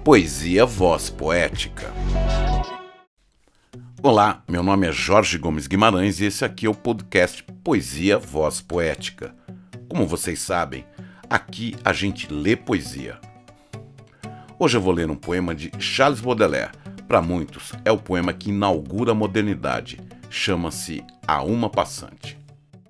Poesia Voz Poética. Olá, meu nome é Jorge Gomes Guimarães e esse aqui é o podcast Poesia Voz Poética. Como vocês sabem, aqui a gente lê poesia. Hoje eu vou ler um poema de Charles Baudelaire. Para muitos, é o poema que inaugura a modernidade. Chama-se A Uma Passante.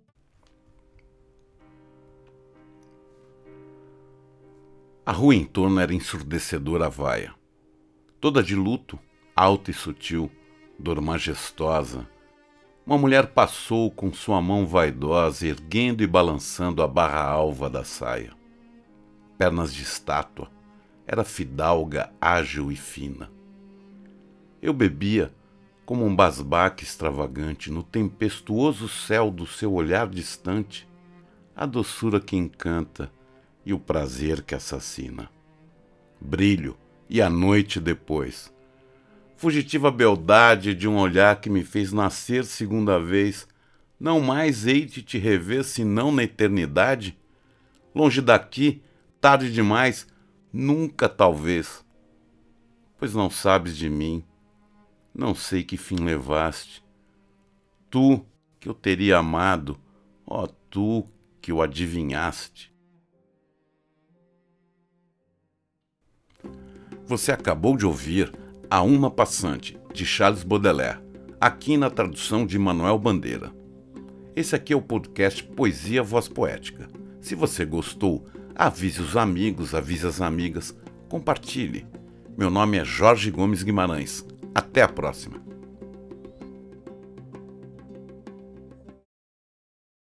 A rua em torno era ensurdecedora vaia, toda de luto, alta e sutil, dor majestosa. Uma mulher passou com sua mão vaidosa, erguendo e balançando a barra alva da saia. Pernas de estátua, era fidalga, ágil e fina. Eu bebia, como um basbaque extravagante, no tempestuoso céu do seu olhar distante, a doçura que encanta e o prazer que assassina. Brilho, e a noite depois. Fugitiva beldade de um olhar que me fez nascer segunda vez. Não mais hei de te rever senão na eternidade? Longe daqui, tarde demais, nunca talvez. Pois não sabes de mim, não sei que fim levaste. Tu que eu teria amado, ó tu que o adivinhaste. Você acabou de ouvir A Uma Passante, de Charles Baudelaire, aqui na tradução de Manuel Bandeira. Esse aqui é o podcast Poesia Voz Poética. Se você gostou, avise os amigos, avise as amigas, compartilhe. Meu nome é Jorge Gomes Guimarães. Até a próxima.